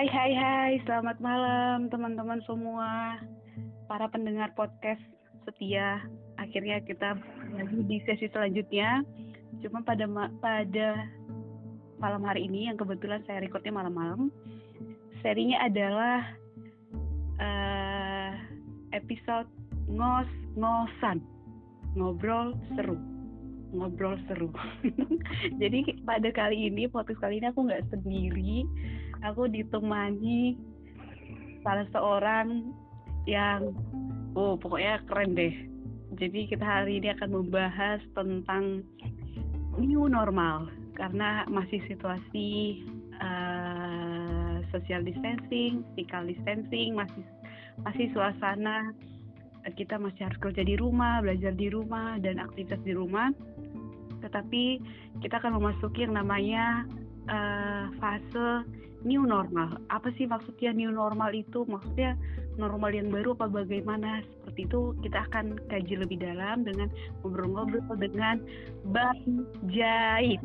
Hai, selamat malam teman-teman semua, para pendengar podcast setia. Akhirnya kita lagi di sesi selanjutnya. Cuma pada malam hari ini, yang kebetulan saya recordnya malam-malam, serinya adalah episode ngos-ngosan, ngobrol seru. Jadi pada podcast kali ini aku nggak sendiri, aku ditemani salah seorang yang pokoknya keren deh. Jadi kita hari ini akan membahas tentang new normal karena masih situasi social distancing, physical distancing, masih suasana kita masih harus kerja di rumah, belajar di rumah, dan aktivitas di rumah. Tetapi kita akan memasuki yang namanya fase new normal. Apa sih maksudnya new normal itu? Maksudnya normal yang baru apa bagaimana? Seperti itu kita akan kaji lebih dalam dengan ngobrol-ngobrol dengan Bang Jait.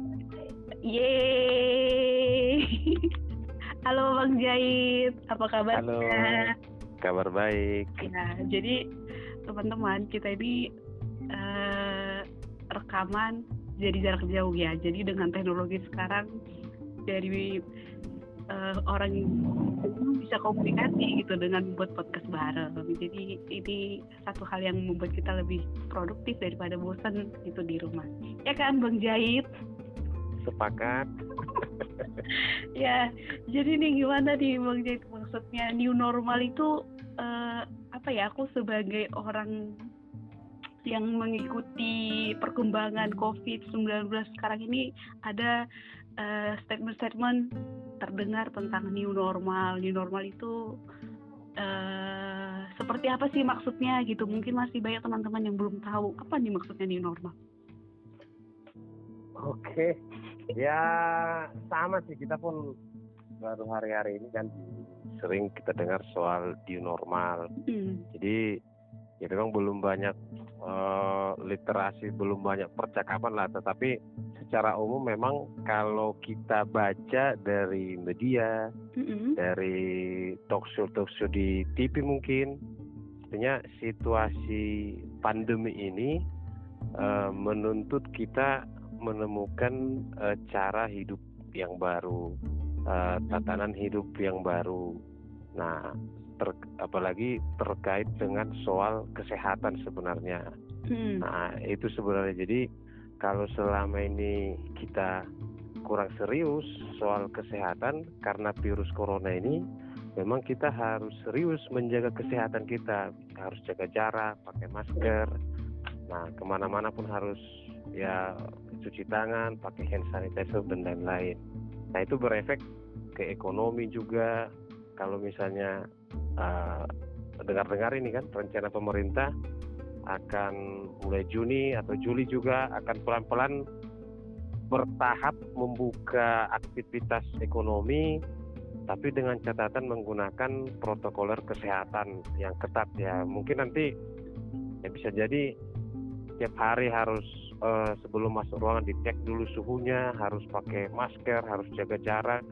Yeay! Halo Bang Jait, apa kabarnya? Halo, kabar baik. Ya, jadi teman-teman, kita ini rekaman jadi jarak jauh ya. Jadi dengan teknologi sekarang dari orang yang bisa komunikasi gitu dengan membuat podcast bareng. Jadi ini satu hal yang membuat kita lebih produktif daripada bosan gitu di rumah. Ya kan Bang Jait? Sepakat. Ya, jadi nih gimana nih Bang Jait, maksudnya new normal itu aku sebagai orang yang mengikuti perkembangan COVID-19 sekarang ini ada statement-statement terdengar tentang new normal. New normal itu seperti apa sih maksudnya gitu? Mungkin masih banyak teman-teman yang belum tahu apa nih maksudnya new normal. Oke, ya sama sih, kita pun baru hari-hari ini kan sering kita dengar soal new normal. Jadi ya memang belum banyak literasi, belum banyak percakapan lah, tetapi secara umum memang kalau kita baca dari media, dari talk show di TV mungkin, sebenarnya situasi pandemi ini menuntut kita menemukan cara hidup yang baru, tatanan hidup yang baru. Nah, apalagi terkait dengan soal kesehatan sebenarnya. Nah, itu sebenarnya. Jadi kalau selama ini kita kurang serius soal kesehatan karena virus corona ini, memang kita harus serius menjaga kesehatan kita. Harus jaga jarak, pakai masker. Nah, kemana-mana pun harus ya cuci tangan, pakai hand sanitizer dan lain-lain. Nah, itu berefek ke ekonomi juga. Kalau misalnya dengar-dengar ini kan rencana pemerintah akan mulai Juni atau Juli juga akan pelan-pelan bertahap membuka aktivitas ekonomi, tapi dengan catatan menggunakan protokoler kesehatan yang ketat ya. Mungkin nanti ya bisa jadi tiap hari harus sebelum masuk ruangan dicek dulu suhunya, harus pakai masker, harus jaga jarak.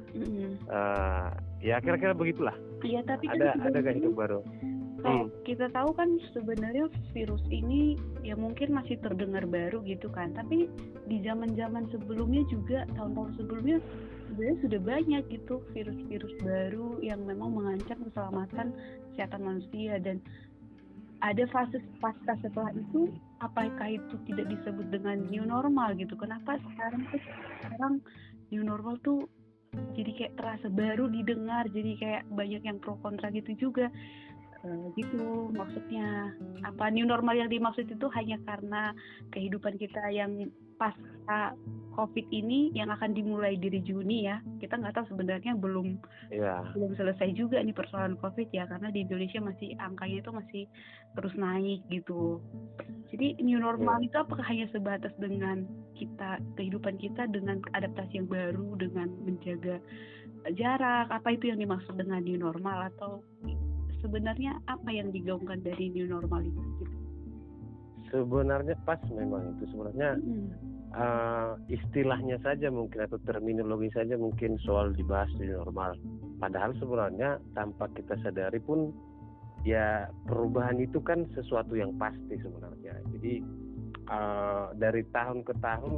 Ya kira-kira begitulah. Iya, tapi ada gak hidup baru? Kalau kita tahu kan sebenarnya virus ini ya mungkin masih terdengar baru gitu kan, tapi di zaman-zaman sebelumnya juga, tahun-tahun sebelumnya sebenarnya sudah banyak gitu virus-virus baru yang memang mengancam keselamatan kesehatan manusia, dan ada fase pasca setelah itu. Apakah itu tidak disebut dengan new normal gitu? Kenapa sekarang new normal tuh jadi kayak terasa baru didengar, jadi kayak banyak yang pro kontra gitu juga. Gitu maksudnya. Apa new normal yang dimaksud itu hanya karena kehidupan kita yang pasca COVID ini yang akan dimulai dari Juni ya? Kita nggak tahu sebenarnya, belum selesai juga nih persoalan COVID ya, karena di Indonesia masih angkanya itu masih terus naik gitu. Jadi new normal itu apakah hanya sebatas dengan kehidupan kita dengan adaptasi yang baru, dengan menjaga jarak? Apa itu yang dimaksud dengan new normal, atau sebenarnya apa yang digaungkan dari new normal itu? Sebenarnya pas memang itu sebenarnya istilahnya saja mungkin atau terminologi saja mungkin soal dibahas di normal. Padahal sebenarnya tanpa kita sadari pun ya perubahan itu kan sesuatu yang pasti sebenarnya. Jadi dari tahun ke tahun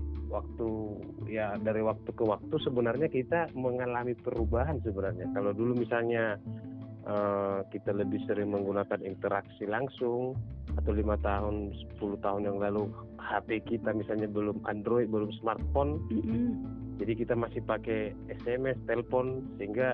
dari waktu ke waktu sebenarnya kita mengalami perubahan sebenarnya. Kalau dulu misalnya kita lebih sering menggunakan interaksi langsung, atau 5 tahun 10 tahun yang lalu HP kita misalnya belum Android, belum smartphone, jadi kita masih pakai SMS, telepon, sehingga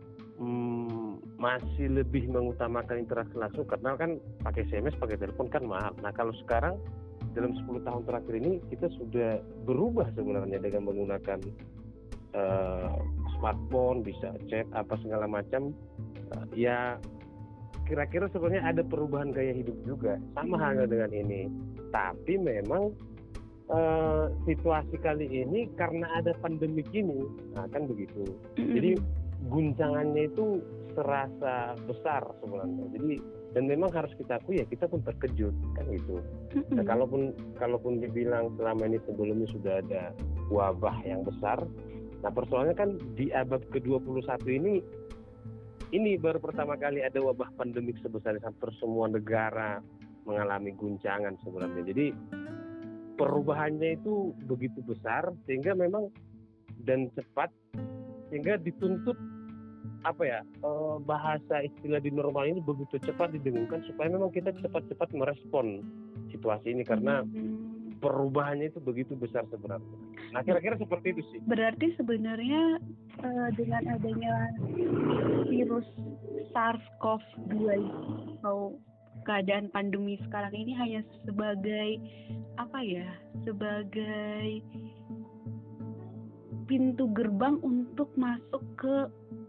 masih lebih mengutamakan interaksi langsung karena kan pakai SMS, pakai telepon kan mahal. Nah kalau sekarang dalam 10 tahun terakhir ini kita sudah berubah sebenarnya dengan menggunakan smartphone, bisa chat apa segala macam. Ya kira-kira sebenarnya ada perubahan gaya hidup juga, sama halnya dengan ini. Tapi memang situasi kali ini karena ada pandemi ini, nah kan begitu. Jadi guncangannya itu terasa besar sebenarnya. Jadi dan memang harus kita akui ya kita pun terkejut kan gitu. Nah, kalaupun dibilang selama ini sebelumnya sudah ada wabah yang besar, nah persoalannya kan di abad ke-21 ini baru pertama kali ada wabah pandemik sebesar hampir semua negara mengalami guncangan sebenarnya. Jadi perubahannya itu begitu besar sehingga memang dan cepat sehingga dituntut bahasa istilah di normal ini begitu cepat didengungkan supaya memang kita cepat-cepat merespon situasi ini karena perubahannya itu begitu besar sebenarnya. Nah kira-kira seperti itu sih. Berarti sebenarnya dengan adanya virus SARS-CoV-2 atau keadaan pandemi sekarang ini hanya sebagai sebagai pintu gerbang untuk masuk ke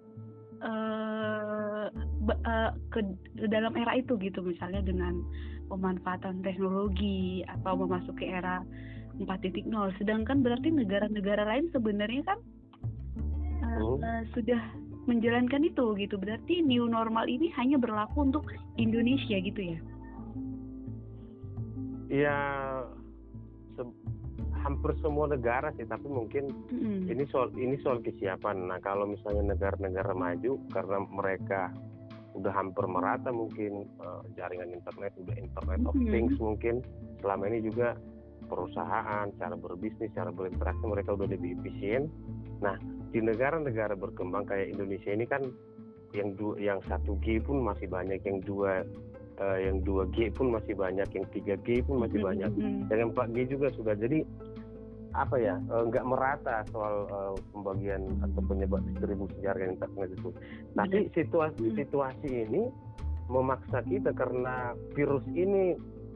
dalam era itu gitu, misalnya dengan pemanfaatan teknologi atau memasuki era 4.0. Sedangkan berarti negara-negara lain sebenarnya kan sudah menjalankan itu gitu. Berarti new normal ini hanya berlaku untuk Indonesia gitu ya? Ya hampir semua negara sih, tapi mungkin ini soal kesiapan. Nah kalau misalnya negara-negara maju karena mereka udah hampir merata mungkin jaringan internet, udah internet of things mungkin selama ini juga perusahaan, cara berbisnis, cara berinteraksi mereka udah lebih efisien. Nah di negara-negara berkembang kayak Indonesia ini kan yang 1G pun masih banyak, yang 2G pun masih banyak, yang 3G pun masih banyak, dan yang 4G juga sudah. Jadi nggak merata soal pembagian atau penyebab distribusi jaringan internet itu. Tapi situasi ini memaksa kita karena virus ini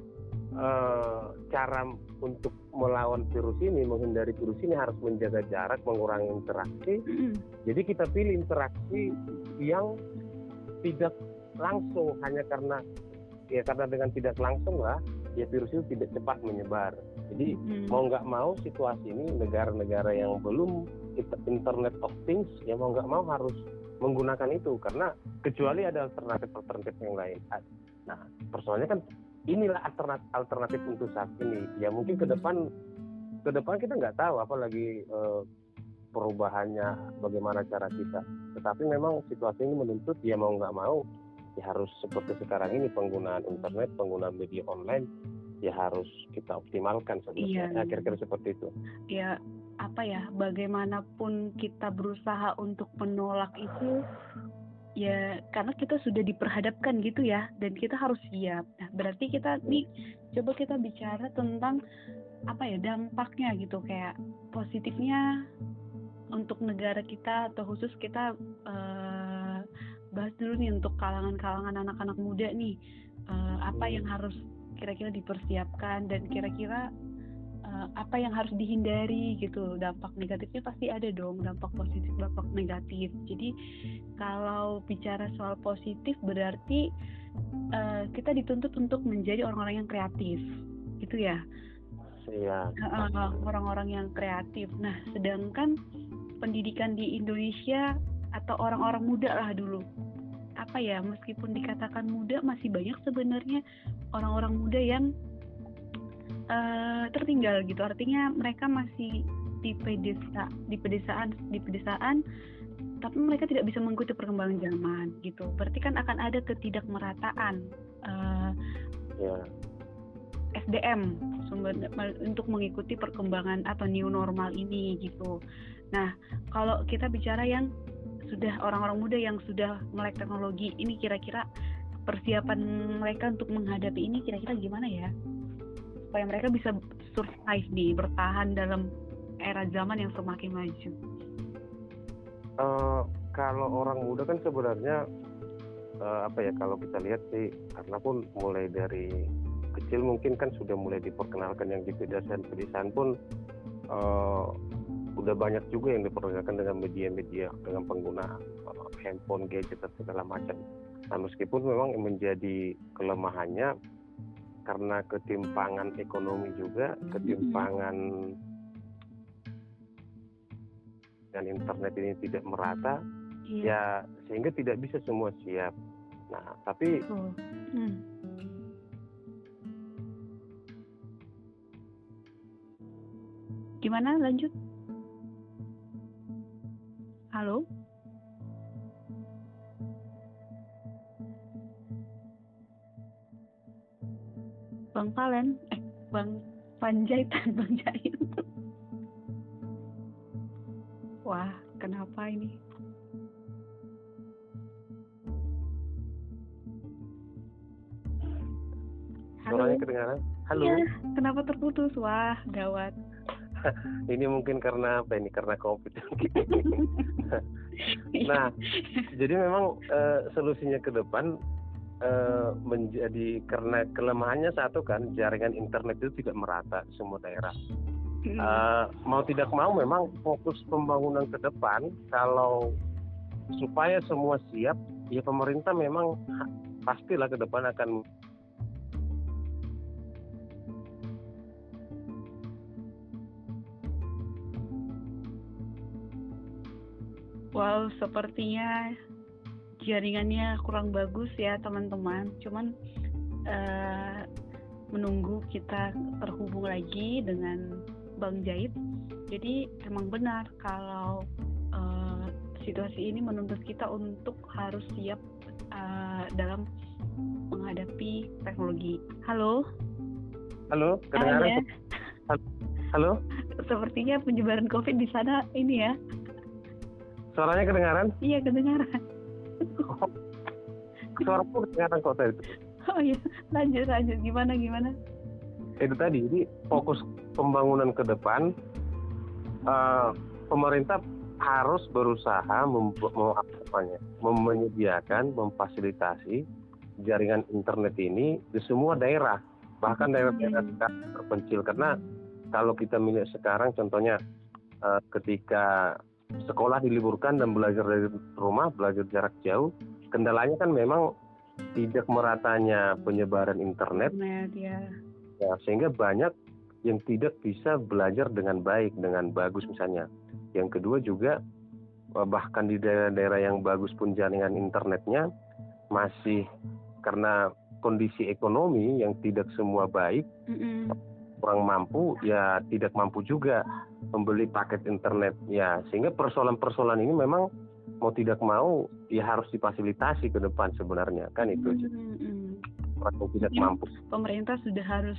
cara untuk melawan virus ini, menghindari virus ini harus menjaga jarak, mengurangi interaksi. Jadi kita pilih interaksi yang tidak langsung, hanya karena dengan tidak langsung lah ya virus itu tidak cepat menyebar. Jadi mau nggak mau situasi ini negara-negara yang belum internet of things ya mau nggak mau harus menggunakan itu karena kecuali ada alternatif yang lain. Nah persoalannya kan inilah alternatif untuk saat ini. Ya mungkin ke depan kita nggak tahu apalagi perubahannya bagaimana cara kita. Tetapi memang situasi ini menuntut ya mau nggak mau ya harus seperti sekarang ini, penggunaan internet, penggunaan media online ya harus kita optimalkan sebenarnya. Iya. Kira-kira seperti itu. Ya bagaimanapun kita berusaha untuk menolak itu ya karena kita sudah diperhadapkan gitu ya, dan kita harus siap. Nah berarti kita nih coba kita bicara tentang dampaknya gitu, kayak positifnya untuk negara kita atau khusus kita bahas dulu nih untuk kalangan anak-anak muda nih, apa yang harus kira-kira dipersiapkan dan kira-kira apa yang harus dihindari gitu. Dampak negatifnya pasti ada dong, dampak positif, dampak negatif. Jadi kalau bicara soal positif berarti kita dituntut untuk menjadi orang-orang yang kreatif gitu ya. Iya. Orang-orang yang kreatif. Nah sedangkan pendidikan di Indonesia atau orang-orang muda lah dulu, meskipun dikatakan muda masih banyak sebenarnya orang-orang muda yang tertinggal gitu. Artinya mereka masih di pedesaan, tapi mereka tidak bisa mengikuti perkembangan zaman gitu. Berarti kan akan ada ketidakmerataan SDM sumber untuk mengikuti perkembangan atau new normal ini gitu. Nah, kalau kita bicara yang sudah orang-orang muda yang sudah melek teknologi, ini kira-kira persiapan mereka untuk menghadapi ini kira-kira gimana ya? Supaya mereka bisa survive nih, bertahan dalam era zaman yang semakin maju. Kalau orang muda kan sebenarnya kalau kita lihat sih, karena pun mulai dari kecil mungkin kan sudah mulai diperkenalkan yang di pedesaan pun udah banyak juga yang diperkenalkan dengan media-media, dengan penggunaan handphone, gadget dan segala macam. Nah, meskipun memang menjadi kelemahannya karena ketimpangan ekonomi juga, ketimpangan dan internet ini tidak merata, ya sehingga tidak bisa semua siap. Nah, tapi gimana lanjut? Halo? Bang Palen? Bang Panjaitan, Bang Jahit. Wah, kenapa ini? Suaranya kedengaran? Halo? Ya, kenapa terputus? Wah, gawat. Ini mungkin karena apa ini? Karena COVID. Nah, jadi memang solusinya ke depan menjadi, karena kelemahannya satu kan, jaringan internet itu tidak merata di semua daerah. Mau tidak mau memang fokus pembangunan ke depan, kalau supaya semua siap, ya pemerintah memang pastilah ke depan akan Wow, sepertinya jaringannya kurang bagus ya teman-teman. Cuman menunggu kita terhubung lagi dengan Bang Jahit. Jadi emang benar kalau situasi ini menuntut kita untuk harus siap dalam menghadapi teknologi. Halo? Halo, kedengaran? Halo? Sepertinya penyebaran COVID di sana ini ya. Suaranya kedengaran? Iya, kedengaran. Suaraku kedengaran kok tadi. Oh iya, lanjut. Gimana? Itu tadi, jadi fokus pembangunan ke depan, pemerintah harus berusaha menyediakan, memfasilitasi jaringan internet ini di semua daerah, bahkan daerah-daerah terpencil. Karena kalau kita melihat sekarang, contohnya ketika sekolah diliburkan dan belajar dari rumah, belajar jarak jauh, kendalanya kan memang tidak meratanya penyebaran internet, ya, sehingga banyak yang tidak bisa belajar dengan baik, dengan bagus misalnya. Yang kedua juga, bahkan di daerah-daerah yang bagus pun jaringan internetnya masih, karena kondisi ekonomi yang tidak semua baik, kurang mampu, ya tidak mampu juga membeli paket internet, ya sehingga persoalan-persoalan ini memang mau tidak mau ya harus difasilitasi ke depan sebenarnya, kan itu. Orang yang tidak mampu, pemerintah sudah harus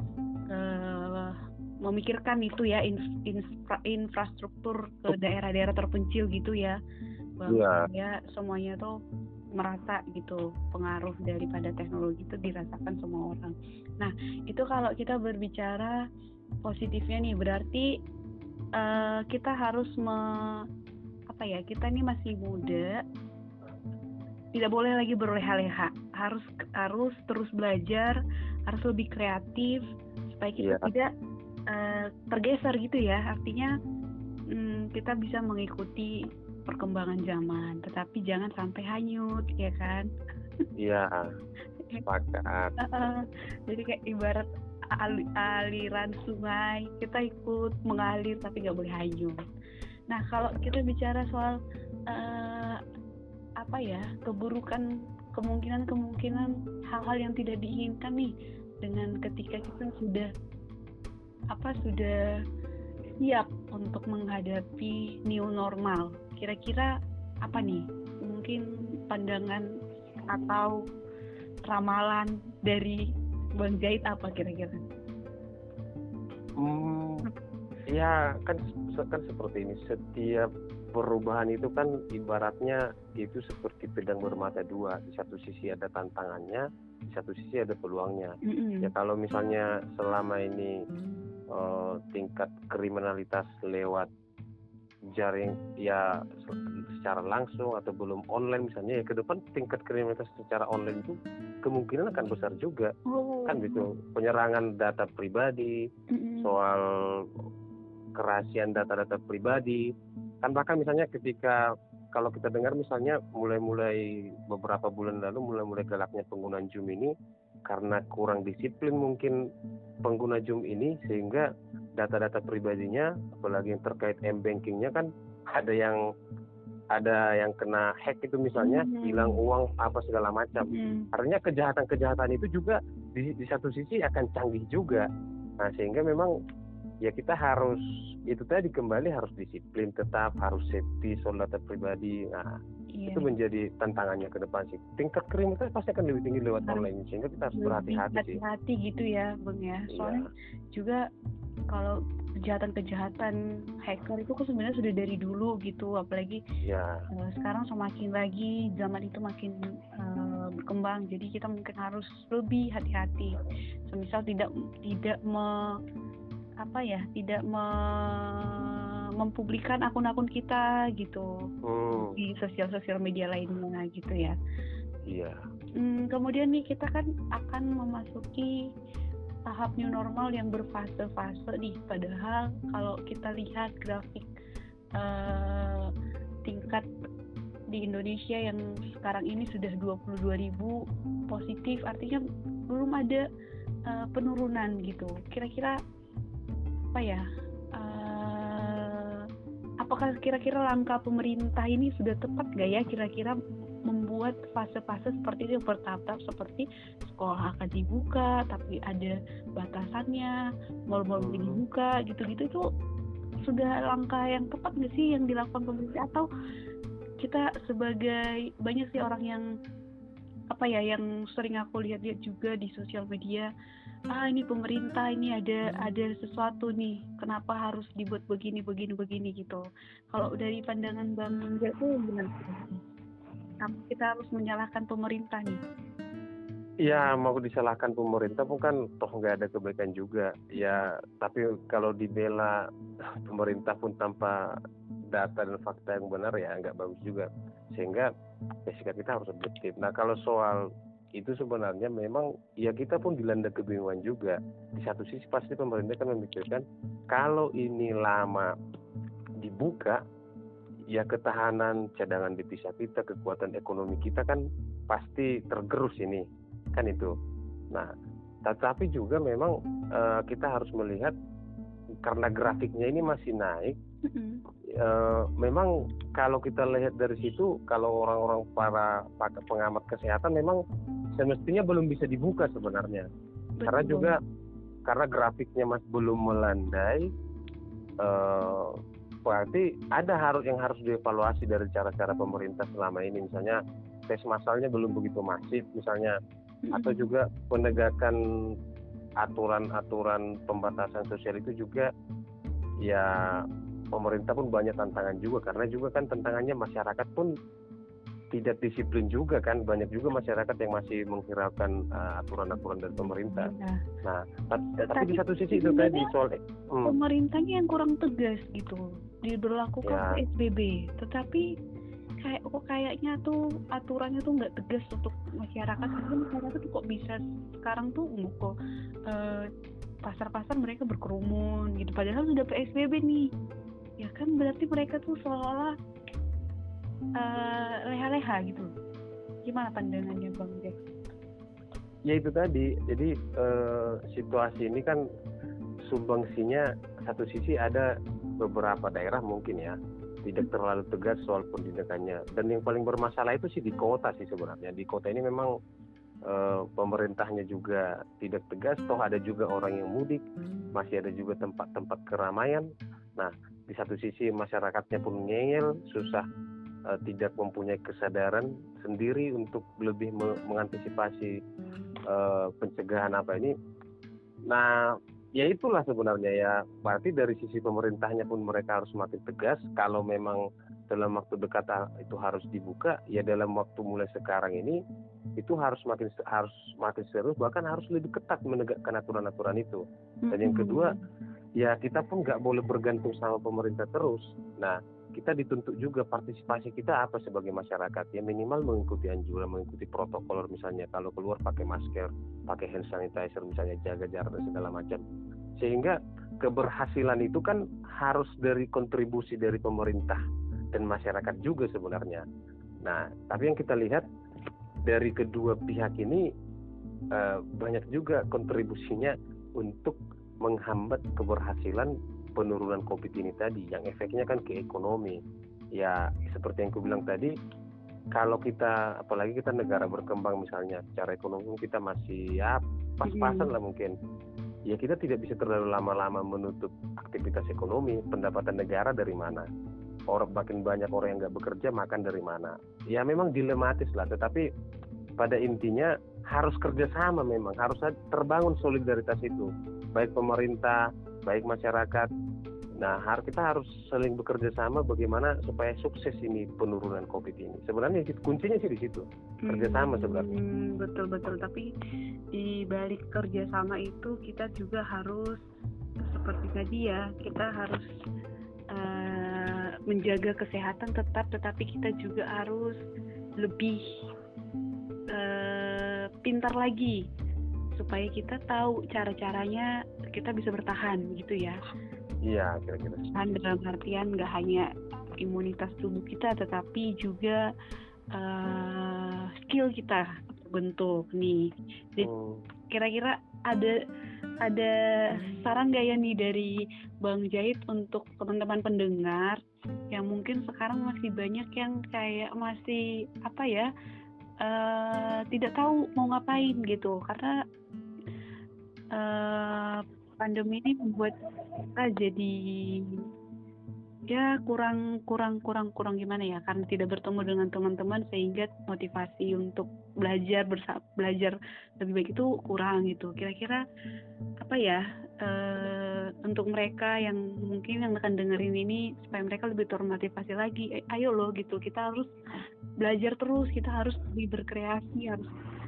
memikirkan itu ya, infrastruktur ke daerah-daerah terpencil gitu ya, bahwa ya semuanya tuh merata gitu, pengaruh daripada teknologi itu dirasakan semua orang. Nah, itu kalau kita berbicara positifnya nih, berarti kita harus kita ini masih muda, tidak boleh lagi berleha-leha, harus terus belajar, harus lebih kreatif supaya kita tidak tergeser gitu ya. Artinya kita bisa mengikuti perkembangan zaman, tetapi jangan sampai hanyut, ya kan? Iya, sepakat. Jadi kayak ibarat aliran sungai, kita ikut mengalir tapi nggak boleh hanyut. Nah, kalau kita bicara soal keburukan, kemungkinan hal-hal yang tidak diinginkan nih, dengan ketika kita sudah sudah siap untuk menghadapi new normal? Kira-kira apa nih? Mungkin pandangan atau ramalan dari Bang Zaid apa kira-kira? Ya kan seperti ini, setiap perubahan itu kan ibaratnya itu seperti pedang bermata dua. Di satu sisi ada tantangannya, di satu sisi ada peluangnya. Ya kalau misalnya selama ini tingkat kriminalitas lewat jaring ya secara langsung atau belum online misalnya, ya ke depan tingkat kriminalitas secara online itu kemungkinan akan besar juga. Kan gitu, penyerangan data pribadi, soal kerahasiaan data-data pribadi. Kan bahkan misalnya ketika kalau kita dengar misalnya mulai beberapa bulan lalu mulai galaknya penggunaan Zoom ini karena kurang disiplin mungkin pengguna Zoom ini, sehingga data-data pribadinya apalagi yang terkait m-bankingnya kan ada yang kena hack itu misalnya, hilang uang apa segala macam. Artinya kejahatan itu juga di satu sisi akan canggih juga. Nah sehingga memang ya kita harus itu tadi kembali harus disiplin, tetap harus safety soal data pribadi. Nah itu menjadi tantangannya ke depan sih. Tingkat kriminalitas pasti akan lebih tinggi lewat online, sehingga kita harus berhati-hati sih. Hati-hati gitu ya Bang ya. Soalnya juga kalau kejahatan hacker itu kan sebenarnya sudah dari dulu gitu, apalagi sekarang semakin lagi zaman itu makin berkembang, jadi kita mungkin harus lebih hati-hati. Semisal tidak mempublikkan akun-akun kita gitu di sosial media lainnya gitu ya. Kemudian nih kita kan akan memasuki tahap new normal yang berfase-fase nih. Padahal kalau kita lihat grafik tingkat di Indonesia yang sekarang ini sudah 22.000 positif, artinya belum ada penurunan gitu. Kira-kira apa ya? Apakah kira-kira langkah pemerintah ini sudah tepat nggak ya kira-kira membuat fase-fase seperti itu bertahap seperti sekolah akan dibuka tapi ada batasannya, mal-mal dibuka gitu-gitu, itu sudah langkah yang tepat nggak sih yang dilakukan pemerintah? Atau kita sebagai banyak sih orang yang yang sering aku lihat-lihat juga di sosial media, ini pemerintah ini ada sesuatu nih, kenapa harus dibuat begini gitu. Kalau dari pandangan Bang Zaid tuh gimana? Kita harus menyalahkan pemerintah nih? Ya mau disalahkan pemerintah pun kan toh nggak ada kebaikan juga ya, tapi kalau dibela pemerintah pun tanpa data dan fakta yang benar ya nggak bagus juga, sehingga sikap kita harus objektif. Nah kalau soal itu sebenarnya memang ya kita pun dilanda kebingungan juga. Di satu sisi pasti pemerintah kan memikirkan kalau ini lama dibuka ya ketahanan cadangan devisa kita, kekuatan ekonomi kita kan pasti tergerus ini kan itu. Nah tetapi juga memang kita harus melihat karena grafiknya ini masih naik. Memang kalau kita lihat dari situ, kalau orang-orang para pengamat kesehatan memang semestinya belum bisa dibuka sebenarnya. Karena grafiknya masih belum melandai, berarti ada yang harus dievaluasi dari cara-cara pemerintah selama ini, misalnya tes massalnya belum begitu masif misalnya, atau juga penegakan aturan-aturan pembatasan sosial itu juga ya pemerintah pun banyak tantangan juga, karena juga kan tantangannya masyarakat pun tidak disiplin juga kan, banyak juga masyarakat yang masih menghiraukan aturan-aturan dari pemerintah. Nah, tapi di satu sisi itu tadi soal pemerintahnya yang kurang tegas gitu, diberlakukan PSBB, tetapi kayaknya tuh aturannya tuh nggak tegas untuk masyarakat. Karena masyarakat tuh kok bisa sekarang tuh pasar-pasar mereka berkerumun gitu, padahal sudah PSBB nih. Ya kan berarti mereka tuh seolah-olah leha-leha gitu. Gimana pandangannya Bang Jack? Ya itu tadi, jadi situasi ini kan sumbangsinya satu sisi ada beberapa daerah mungkin ya tidak terlalu tegas soal pendidikannya, dan yang paling bermasalah itu sih di kota sih sebenarnya. Di kota ini memang pemerintahnya juga tidak tegas, toh ada juga orang yang mudik, masih ada juga tempat-tempat keramaian. Nah, di satu sisi masyarakatnya pun ngeyel, susah, tidak mempunyai kesadaran sendiri untuk lebih mengantisipasi pencegahan apa ini. Nah, ya itulah sebenarnya ya, berarti dari sisi pemerintahnya pun mereka harus semakin tegas. Kalau memang dalam waktu dekat itu harus dibuka, ya dalam waktu mulai sekarang ini itu harus makin serius, bahkan harus lebih ketat menegakkan aturan-aturan itu. Dan yang kedua, ya kita pun nggak boleh bergantung sama pemerintah terus. Nah, kita dituntut juga partisipasi kita apa sebagai masyarakat, ya minimal mengikuti anjuran, mengikuti protokol, misalnya kalau keluar pakai masker, pakai hand sanitizer, misalnya jaga jarak dan segala macam. Sehingga keberhasilan itu kan harus dari kontribusi dari pemerintah dan masyarakat juga sebenarnya. Nah, tapi yang kita lihat dari kedua pihak ini banyak juga kontribusinya untuk menghambat keberhasilan penurunan COVID ini tadi, yang efeknya kan ke ekonomi. Ya seperti yang aku bilang tadi, kalau kita, apalagi kita negara berkembang misalnya, secara ekonomi kita masih ya pas-pasan lah mungkin. Ya kita tidak bisa terlalu lama-lama menutup aktivitas ekonomi. Pendapatan negara dari mana? Makin banyak orang yang nggak bekerja, makan dari mana? Ya memang dilematis lah, tetapi pada intinya harus kerjasama, memang harus terbangun solidaritas itu, baik pemerintah, baik masyarakat. Nah, kita harus saling bekerja sama bagaimana supaya sukses ini penurunan COVID ini. Sebenarnya kuncinya sih di situ, kerjasama sebenarnya. Betul. Tapi di balik kerjasama itu kita juga harus seperti tadi ya, kita harus menjaga kesehatan tetap, tetapi kita juga harus lebih pintar lagi supaya kita tahu cara-caranya kita bisa bertahan gitu ya. Iya, kira-kira. Dalam artian nggak hanya imunitas tubuh kita, tetapi juga skill kita bentuk nih. Jadi kira-kira ada saran nggak ya nih dari Bang Jahid untuk teman-teman pendengar yang mungkin sekarang masih banyak yang kayak masih apa ya, tidak tahu mau ngapain gitu, karena pandemi ini membuat kita jadi ya kurang gimana ya, karena tidak bertemu dengan teman-teman sehingga motivasi untuk belajar lebih baik itu kurang gitu. Kira-kira apa ya untuk mereka yang mungkin yang akan dengerin ini supaya mereka lebih termotivasi lagi, ayo loh gitu, kita harus belajar terus, kita harus lebih berkreasi, harus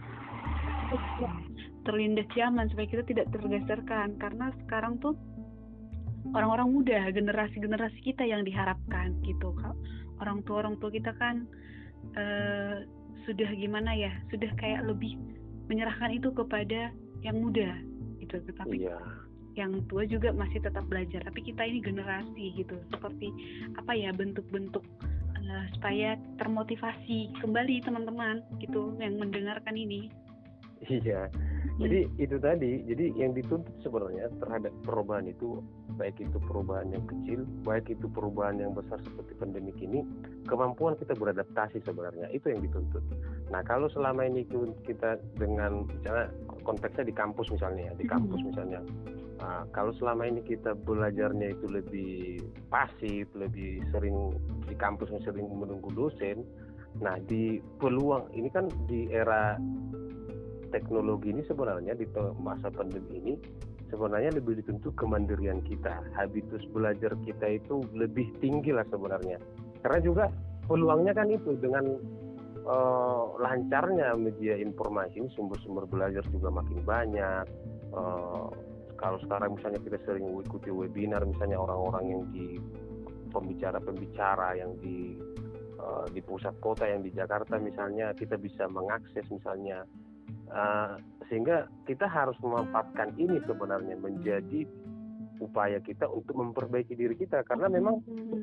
terlindas zaman supaya kita tidak tergeserkan, karena sekarang tuh orang-orang muda, generasi kita yang diharapkan gitu. Orang tua kita kan sudah gimana ya, sudah kayak lebih menyerahkan itu kepada yang muda gitu, tetapi yang tua juga masih tetap belajar. Tapi kita ini generasi gitu, seperti apa ya, bentuk-bentuk supaya termotivasi kembali teman-teman gitu yang mendengarkan ini. Iya, jadi itu tadi, jadi yang dituntut sebenarnya terhadap perubahan itu, baik itu perubahan yang kecil, baik itu perubahan yang besar seperti pandemik ini, kemampuan kita beradaptasi sebenarnya, itu yang dituntut. Nah, kalau selama ini kita dengan, misalnya konteksnya di kampus misalnya, kalau selama ini kita belajarnya itu lebih pasif, lebih sering di kampus, sering menunggu dosen, nah di peluang ini kan di era teknologi ini sebenarnya di masa pandemi ini sebenarnya lebih dituntut kemandirian kita, habitus belajar kita itu lebih tinggi lah sebenarnya, karena juga peluangnya kan itu dengan lancarnya media informasi ini, sumber-sumber belajar juga makin banyak. Kalau sekarang misalnya kita sering ikuti webinar, misalnya orang-orang yang di pembicara yang di pusat kota, yang di Jakarta misalnya, kita bisa mengakses misalnya. Sehingga kita harus memanfaatkan ini sebenarnya menjadi upaya kita untuk memperbaiki diri kita, karena memang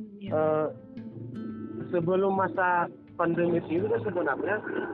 sebelum masa pandemi itu kan sebenarnya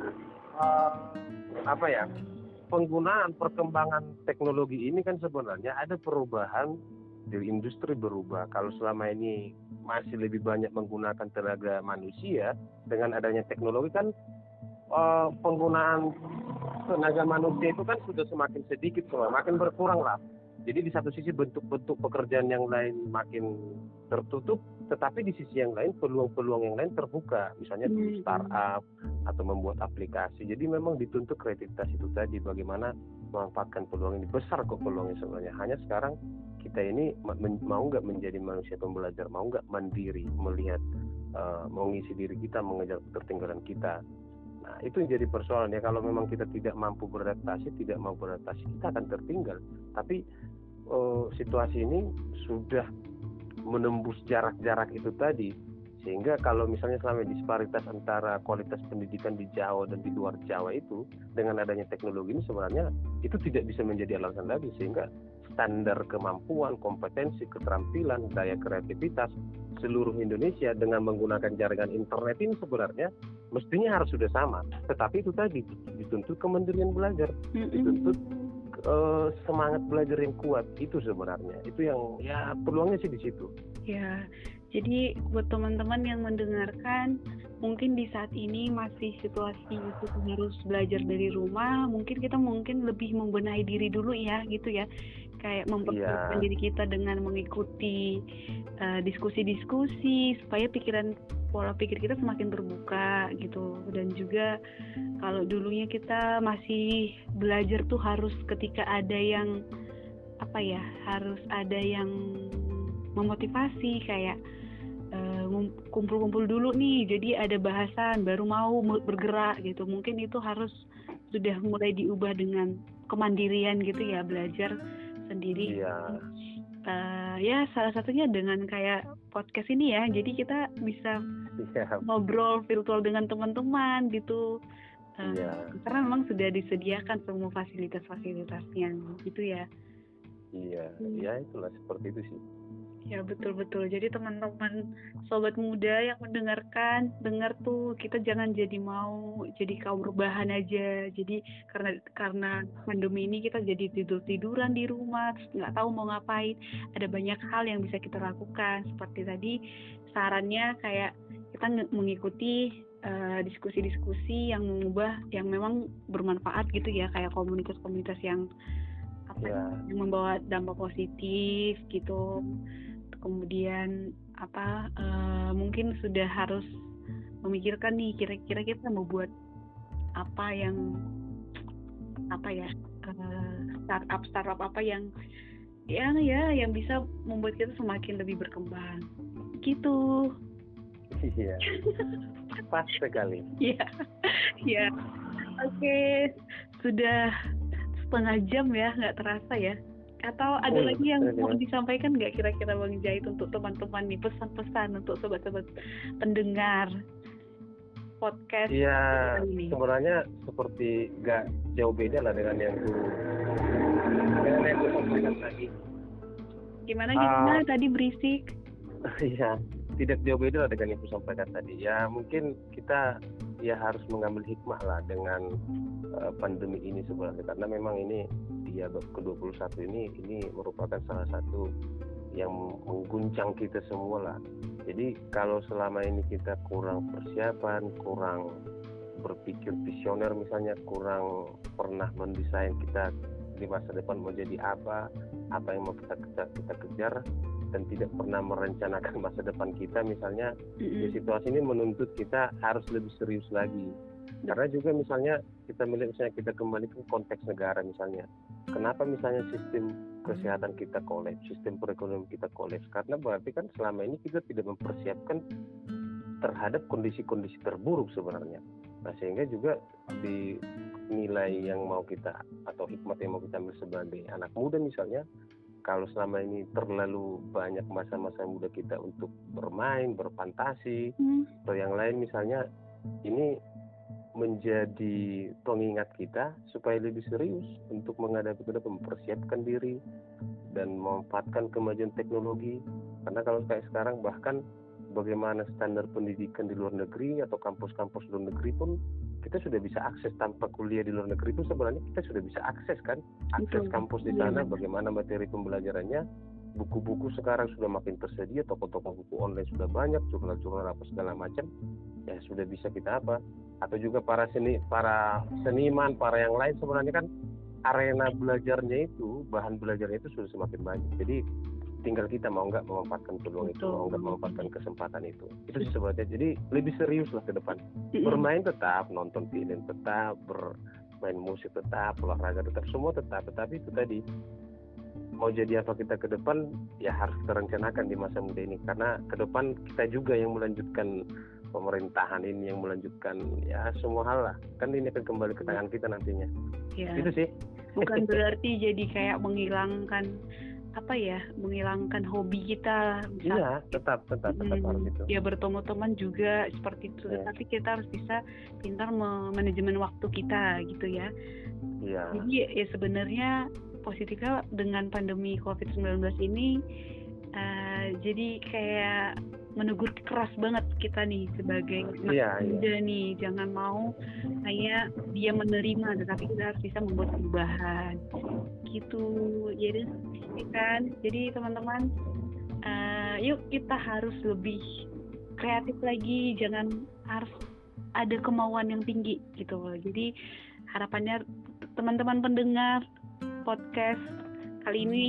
penggunaan perkembangan teknologi ini kan sebenarnya ada perubahan dari industri berubah. Kalau selama ini masih lebih banyak menggunakan tenaga manusia, dengan adanya teknologi kan penggunaan tenaga manusia itu kan sudah semakin sedikit, makin berkurang lah. Jadi di satu sisi bentuk-bentuk pekerjaan yang lain makin tertutup, tetapi di sisi yang lain peluang-peluang yang lain terbuka, misalnya di startup atau membuat aplikasi. Jadi memang dituntut kreativitas itu tadi, bagaimana memanfaatkan peluang ini. Besar kok peluangnya sebenarnya. Hanya sekarang kita ini mau nggak menjadi manusia pembelajar, mau nggak mandiri, melihat, mau ngisi diri kita, mengejar ketertinggalan kita. Nah, itu yang jadi persoalan ya. Kalau memang kita tidak mampu beradaptasi, kita akan tertinggal. Tapi situasi ini sudah menembus jarak-jarak itu tadi, sehingga kalau misalnya selama disparitas antara kualitas pendidikan di Jawa dan di luar Jawa itu, dengan adanya teknologi ini sebenarnya itu tidak bisa menjadi alasan lagi, sehingga standar kemampuan, kompetensi, keterampilan, daya kreativitas seluruh Indonesia dengan menggunakan jaringan internet ini sebenarnya mestinya harus sudah sama. Tetapi itu tadi dituntut kemandirian belajar, dituntut semangat belajar yang kuat. Itu sebenarnya itu yang ya peluangnya sih di situ. Ya, jadi buat teman-teman yang mendengarkan, mungkin di saat ini masih situasi itu harus belajar dari rumah, mungkin kita lebih membenahi diri dulu ya, gitu ya. Kayak mempersiapkan diri kita dengan mengikuti diskusi-diskusi supaya pola pikir kita semakin terbuka gitu. Dan juga kalau dulunya kita masih belajar tuh harus ketika ada yang harus ada yang memotivasi, kayak kumpul-kumpul dulu nih, jadi ada bahasan baru mau bergerak gitu. Mungkin itu harus sudah mulai diubah dengan kemandirian gitu ya, belajar sendiri. Ya salah satunya dengan kayak podcast ini ya, jadi kita bisa ngobrol virtual dengan teman-teman gitu. Karena memang sudah disediakan semua fasilitas-fasilitasnya gitu ya. Ya itulah, seperti itu sih. Ya betul-betul. Jadi teman-teman sobat muda yang mendengarkan, dengar tuh, kita jangan jadi kaum rebahan aja. Jadi karena pandemi ini kita jadi tiduran di rumah, terus nggak tahu mau ngapain. Ada banyak hal yang bisa kita lakukan. Seperti tadi sarannya kayak kita mengikuti diskusi-diskusi yang memang bermanfaat gitu ya, kayak komunitas-komunitas yang yang membawa dampak positif gitu. Kemudian mungkin sudah harus memikirkan nih, kira-kira kita mau buat startup apa yang bisa membuat kita semakin lebih berkembang gitu. Iya. Pas sekali. Iya. Oke, sudah setengah jam ya, nggak terasa ya. Atau ada lagi yang mau disampaikan nggak kira-kira Bang Jahit untuk teman-teman nih, pesan-pesan untuk sobat-sobat pendengar podcast ini? Sebenarnya seperti nggak jauh beda lah dengan yang gue sampaikan tadi. Gimana tadi berisik? Iya, tidak jauh beda lah dengan yang gue sampaikan tadi. Ya mungkin kita harus mengambil hikmah lah dengan pandemi ini sebenarnya, karena memang ini di abad ke-21 ini merupakan salah satu yang mengguncang kita semua lah. Jadi kalau selama ini kita kurang persiapan, kurang berpikir visioner misalnya, kurang pernah mendesain kita di masa depan mau jadi apa yang mau kita kejar, dan tidak pernah merencanakan masa depan kita misalnya, situasi ini menuntut kita harus lebih serius lagi. Karena juga misalnya kita melihat, misalnya kita kembali ke konteks negara misalnya, kenapa misalnya sistem kesehatan kita kolaps, sistem perekonomian kita kolaps, karena berarti kan selama ini kita tidak mempersiapkan terhadap kondisi-kondisi terburuk sebenarnya. Nah sehingga juga di nilai yang mau kita, atau hikmat yang mau kita ambil sebagai anak muda misalnya, kalau selama ini terlalu banyak masa-masa muda kita untuk bermain, berfantasi, atau yang lain misalnya, ini menjadi pengingat kita supaya lebih serius untuk menghadapi ke depan, mempersiapkan diri dan memanfaatkan kemajuan teknologi. Karena kalau kayak sekarang, bahkan bagaimana standar pendidikan di luar negeri atau kampus-kampus luar negeri pun kita sudah bisa akses. Tanpa kuliah di luar negeri pun sebenarnya kita sudah bisa akses kan, akses kampus di sana, bagaimana materi pembelajarannya, buku-buku sekarang sudah makin tersedia, toko-toko buku online sudah banyak, jurnal-jurnal apa segala macam, ya sudah bisa kita apa. Atau juga para seniman, para yang lain sebenarnya kan arena belajarnya itu, bahan belajarnya itu sudah semakin banyak. Jadi tinggal kita mau nggak memanfaatkan peluang itu, mau nggak memanfaatkan kesempatan itu. Itu sih sebetulnya. Jadi lebih serius lah ke depan. Bermain tetap, nonton film tetap, bermain musik tetap, olahraga tetap, semua tetap. Tetapi itu tadi, mau jadi apa kita ke depan ya harus kita rencanakan di masa muda ini, karena ke depan kita juga yang melanjutkan pemerintahan ini, yang melanjutkan ya semua hal lah, kan ini akan kembali ke tangan kita nantinya ya. Itu sih bukan berarti jadi kayak menghilangkan hobi kita. Iya, tetap harus itu ya, bertemu teman juga seperti itu ya. Tapi kita harus bisa pintar manajemen waktu kita gitu ya. Iya. Jadi ya sebenarnya positifnya dengan pandemi COVID-19 ini jadi kayak menegur keras banget kita nih sebagai muda nih, jangan mau hanya dia menerima, tetapi kita harus bisa membuat perubahan gitu. Jadi kan, jadi teman-teman yuk kita harus lebih kreatif lagi, jangan harus ada kemauan yang tinggi gitu. Jadi harapannya teman-teman pendengar podcast kali ini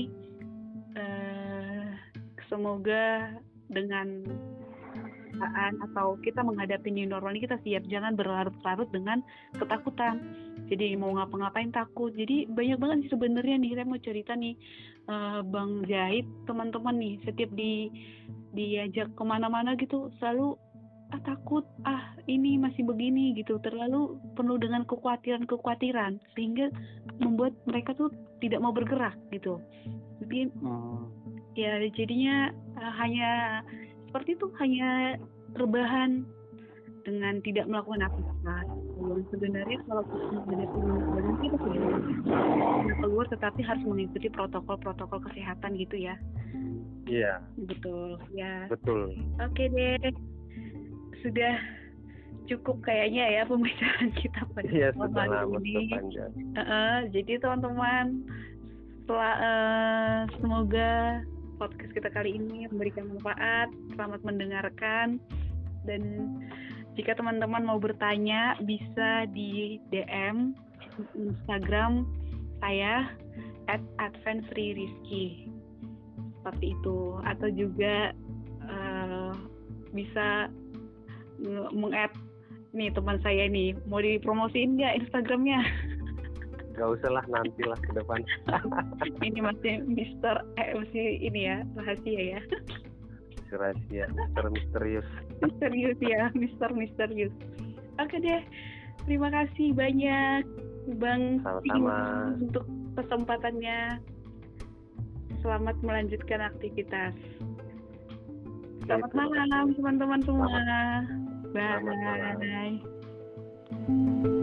semoga dengan atau kita menghadapi new normal ini kita siap, jangan berlarut-larut dengan ketakutan. Jadi mau ngapa-ngapain takut. Jadi banyak banget sih sebenarnya nih, saya mau cerita nih, Bang Zahid, teman-teman nih setiap diajak kemana-mana gitu selalu takut, ini masih begini gitu, terlalu penuh dengan kekhawatiran sehingga membuat mereka tuh tidak mau bergerak gitu. Jadi ya jadinya hanya seperti itu, hanya rebahan dengan tidak melakukan apa-apa. Sebenarnya kalau kita sudah keluar, tetapi harus mengikuti protokol kesehatan gitu ya. Iya. Betul ya. Betul. Oke deh, sudah cukup kayaknya ya pembicaraan kita pada malam ini. Jadi teman-teman, semoga podcast kita kali ini memberikan manfaat. Selamat mendengarkan, dan jika teman-teman mau bertanya bisa di DM Instagram saya @adventsririzky seperti itu, atau juga bisa meng-add nih teman saya nih, mau dipromosiin nggak Instagramnya? Gak usah lah, nantilah ke depan. Ini masih ini ya, rahasia ya. Rahasia, misterius. Misterius ya, misterius. Oke deh, terima kasih banyak Bang Sama-sama untuk kesempatannya. Selamat melanjutkan aktivitas. Selamat malam teman-teman semua. Bye.